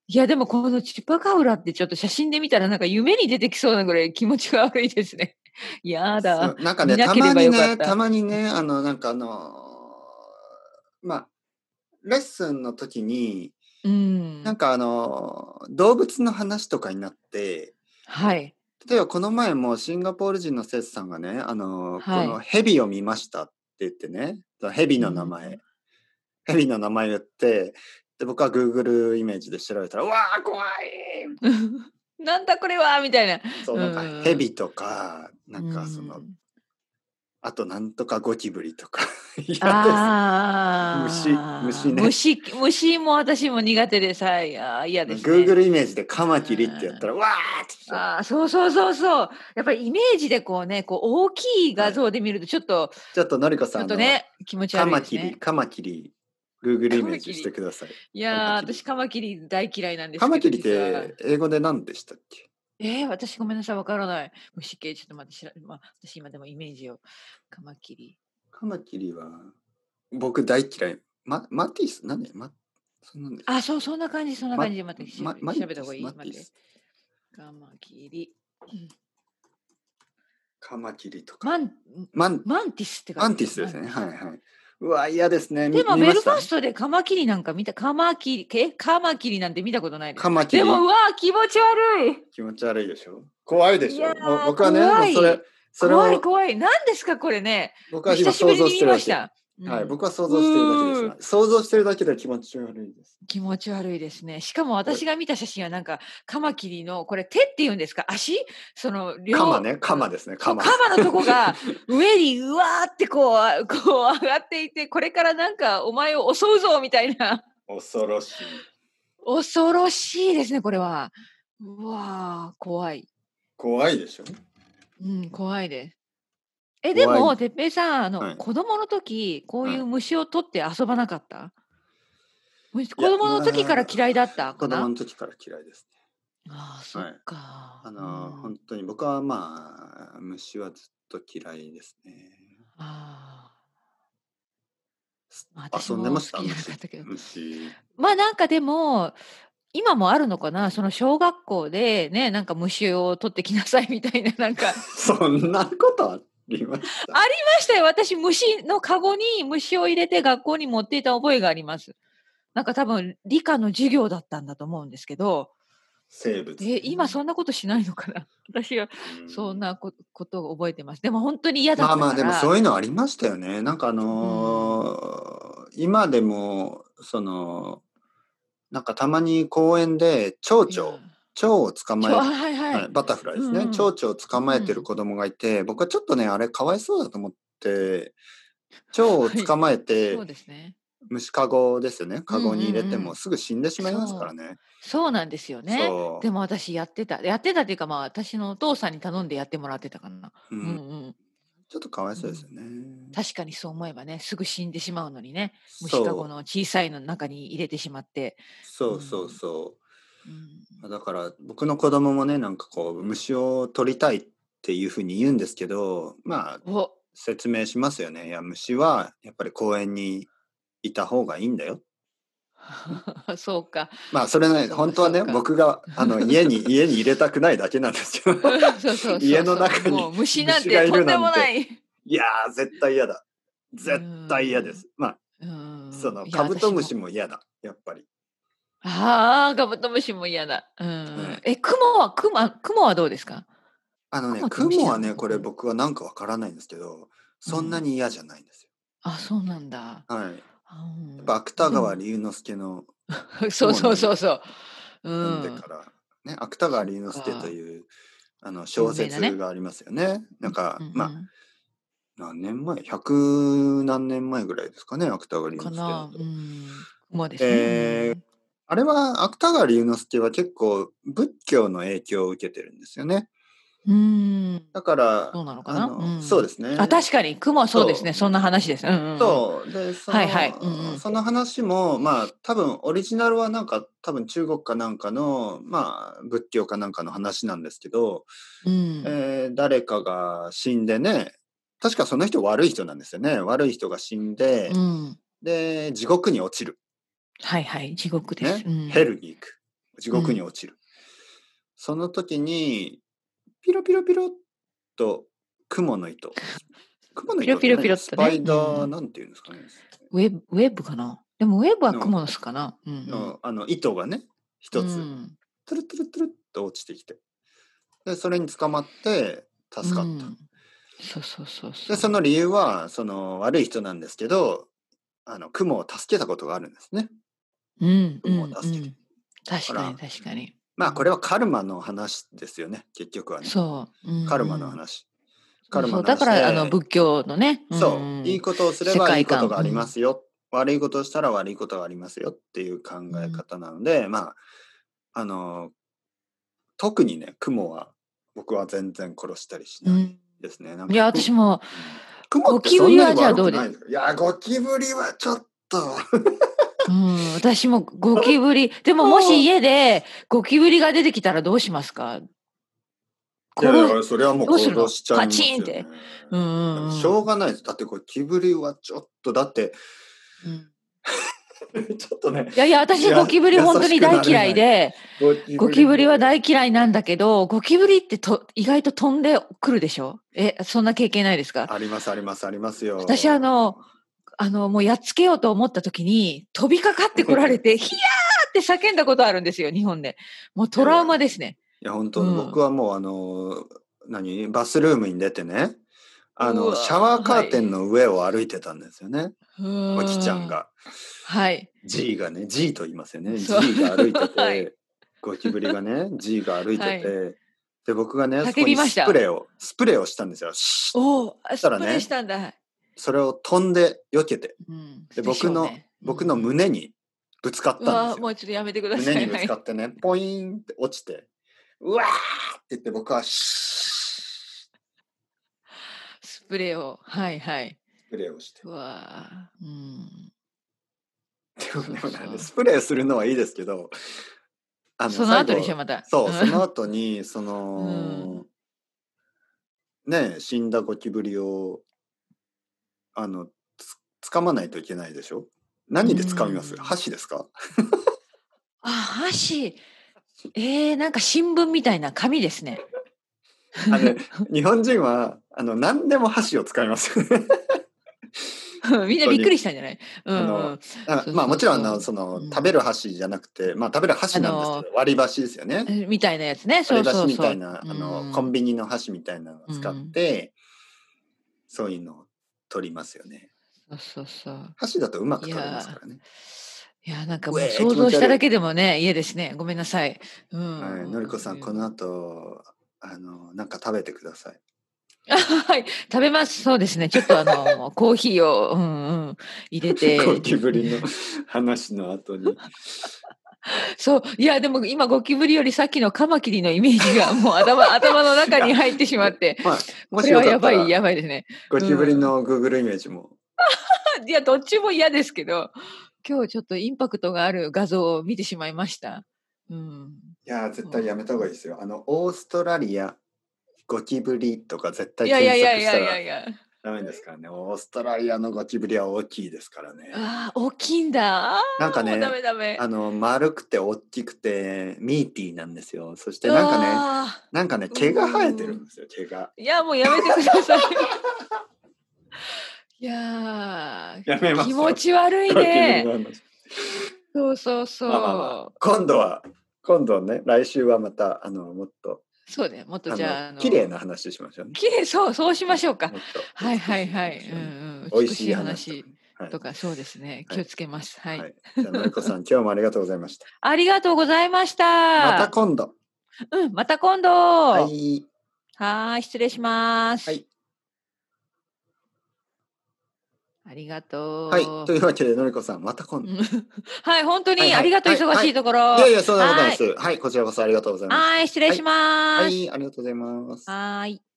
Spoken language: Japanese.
いや、でもこのチュパカウラってちょっと写真で見たらなんか夢に出てきそうなぐらい気持ちが悪いですね。やだ。 なんかね、 見なければよかった。 たまにね、なんかまあ、レッスンの時に、なんか動物の話とかになって、 はい。 例えばこの前もシンガポール人のセスさんがね、このはい。 ヘビを見ましたって言ってね、ヘビの名前言って、で、僕は Google イメージで調べたら、うわー怖いなんだこれはみたいな。 そう、なんかヘビとか、なんかあとなんとかゴキブリとか嫌です。虫ね。 虫も私も苦手でさ、嫌ですね。 Google イメージでカマキリってやったら、わーってそう。やっぱりイメージでこうね、こう大きい画像で見るとちょっとのりこさん、 ね、気持ち悪いですね。 カマキリ、Google イメージしてください。 いや私カマキリ大嫌いなんですけど。 カマキリって英語で何でしたっけ？ 私ごめんなさい、わからない。虫系、ちょっと待って、私今でもイメージを。カマキリは、僕大嫌い。マティス何そんな感じ。待って、調べた方がいい。待って。カマキリ。 カマキリとか。 マンティスってマンティスですね。はいはい。うわ、嫌ですね。 でも、ベルファストでカマキリなんか見た、カマキリなんて見たことないです。でも、気持ち悪い。 気持ち悪いでしょ。怖いでしょ。僕はね、もうそれ怖い。何ですか、これね。 僕は今想像してるだけ。はい、僕は想像してるだけです。想像してるだけで気持ち悪いです。 気持ち悪いですね。しかも私が見た写真はなんかカマキリのこれ手って言うんですか？足？ カマですね。カマのとこが上にうわーってこう上がっていて、これからなんかお前を襲うぞみたいな。 恐ろしいですね、これは。うわー、怖い。 怖いでしょ？ 怖いです。でも、てっぺいさん、子供の時、こういう虫を取って遊ばなかった？子供の時から嫌いだったかな？ 子供の時から嫌いですね。 そっか。 本当に僕は虫はずっと嫌いですね。 私も遊んでました？ 好きじゃなかったけど。 虫。 なんかでも、今もあるのかな、その小学校でね、なんか虫を取ってきなさいみたいな、なんか。 そんなことありました？ ありましたよ。私、虫のカゴに虫を入れて学校に持っていた覚えがあります。なんか多分、理科の授業だったんだと思うんですけど。 生物。 今そんなことしないのかな。私はそんなことを覚えてます。でも本当に嫌だったから。 でもそういうのありましたよね。なんか今でもなんかたまに公園で蝶を捕まえバタフライですね。蝶々を捕まえてる子供がいて、僕はちょっとねあれかわいそうだと思って、蝶を捕まえて、 そうですね。 虫かごですよね。かごに入れてもすぐ死んでしまいますからね。 そうなんですよね。でも私やってたっていうか私のお父さんに頼んでやってもらってたかな。 ちょっとかわいそうですよね。 確かにそう思えばね、すぐ死んでしまうのにね、虫かごの小さいの中に入れてしまって。 だから僕の子供もね、なんかこう虫を取りたいっていうふうに言うんですけど、説明しますよね。いや、虫はやっぱり公園にいた方がいいんだよ。 そうか。 それね、本当はね、僕が家に入れたくないだけなんですよ。家の中に虫なんてとんでもない。 いやー、絶対嫌だ。絶対嫌です。カブトムシも嫌だ、やっぱり。 カブトムシも嫌だ。クモはどうですか？ クモはね、これ僕はなんかわからないんですけど、そんなに嫌じゃないんですよ。 そうなんだ。 はい。やっぱ芥川龍之介のそう。 読んでからね、芥川龍之介という小説がありますよね。なんか何年前？100何年前ぐらいですかね、芥川龍之介だと。あれは芥川龍之介は結構仏教の影響を受けてるんですよね。だからそうなのかな。 そうですね。 確かに雲はそうですね。そんな話です。 そうでその話も多分オリジナルはなんか多分中国かなんかの仏教かなんかの話なんですけど、誰かが死んでね、確かその人悪い人なんですよね。悪い人が死んで、で地獄に落ちる。 地獄です。 ヘルに行く。 地獄に落ちる。その時にピロピロピロっと蜘蛛の糸。 ピロピロピロっとね。 スパイダーなんていうんですかね。 ウェブかな。でもウェブは蜘蛛の巣かな。 糸がね、一つ、トゥルトゥルトゥルっと落ちてきて、でそれに捕まって助かった。 そう。 でその理由は悪い人なんですけど、蜘蛛を助けたことがあるんですね。蜘蛛を助けて。 確かに。 まあこれはカルマの話ですよね、結局はね。カルマの話。 だから仏教のね。 いいことをすればいいことがありますよ。悪いことをしたら悪いことがありますよっていう考え方なので、まあ特にね、蜘蛛は僕は全然殺したりしないですね。 いや、私もゴキブリはじゃあどうですか？いや、ゴキブリはちょっと私もゴキブリ、でももし家でゴキブリが出てきたらどうしますか？ いやそれはもう殺しちゃいますよね。 パチンって。 しょうがないです。だってゴキブリはちょっとだって、ちょっとね。 いや私ゴキブリ本当に大嫌いで、ゴキブリは大嫌いなんだけど、ゴキブリって意外と飛んでくるでしょ？そんな経験ないですか？ ありますよ。 私もうやっつけようと思った時に飛びかかってこられてヒヤーって叫んだことあるんですよ、日本で。もうトラウマですね。 いや本当、僕はもうバスルームに出てね、シャワーカーテンの上を歩いてたんですよね。おきちゃんが。 はい。 G がね、G と言いますよね。G が歩いてて、ゴキブリがね、G が歩いてて、で僕がね、そこにスプレーをしたんですよ。 スプレーしたんだ。 それを飛んで避けて、で僕の胸にぶつかったんですよ。 もうちょっとやめてください。 胸にぶつかってね、ポイーンって落ちて、うわーって言って僕はスプレーを、 スプレーをして。 うわでもスプレーするのはいいですけど、 その後でしょまた。 その後にね、死んだゴキブリを掴まないといけないでしょ。何で掴みます？箸ですか？ 箸。なんか新聞みたいな紙ですね。 日本人は何でも箸を使います。 みんなびっくりしたんじゃない？ まあもちろん食べる箸じゃなくて、まあ食べる箸なんですけど、割り箸ですよね。 みたいなやつね。 割り箸みたいなコンビニの箸みたいなのを使って、そういうのを取りますよね。箸だとうまく取れますからね。 いやなんかもう想像しただけでもね、嫌ですね。ごめんなさい。 のりこさん、この後なんか食べてください。 はい、食べます。そうですね。ちょっとコーヒーを、入れて。 ゴキブリの話の後に。 そう、いやでも今ゴキブリよりさっきのカマキリのイメージがもう頭の中に入ってしまって、これはやばいですね。 ゴキブリの Google イメージも。 いやどっちも嫌ですけど、今日ちょっとインパクトがある画像を見てしまいました。 いや絶対やめた方がいいですよ。オーストラリアゴキブリとか絶対検索したらダメですからね。オーストラリアのゴキブリは大きいですからね。 大きいんだ。 なんかね、丸くて大きくてミーティーなんですよ。そしてなんかね毛が生えてるんですよ。毛が。 いやもうやめてください。いや気持ち悪いね。そう。 今度はね、来週はまたもっと。 そうね、もっとじゃあ綺麗な話しましょうね。 綺麗、そうしましょうか。はい。美味しい話とか、そうですね。気をつけます。はい。 じゃあのりこさん、今日もありがとうございました。 ありがとうございました。 また今度。 また今度。 はい、 失礼します。 はい。 ありがとう。 はい、というわけでのりこさんまた今度。 はい、本当にありがとう、忙しいところ。 いやそんなことないです。はい、こちらこそありがとうございます。 はい、失礼します。 はい、ありがとうございます。 はい。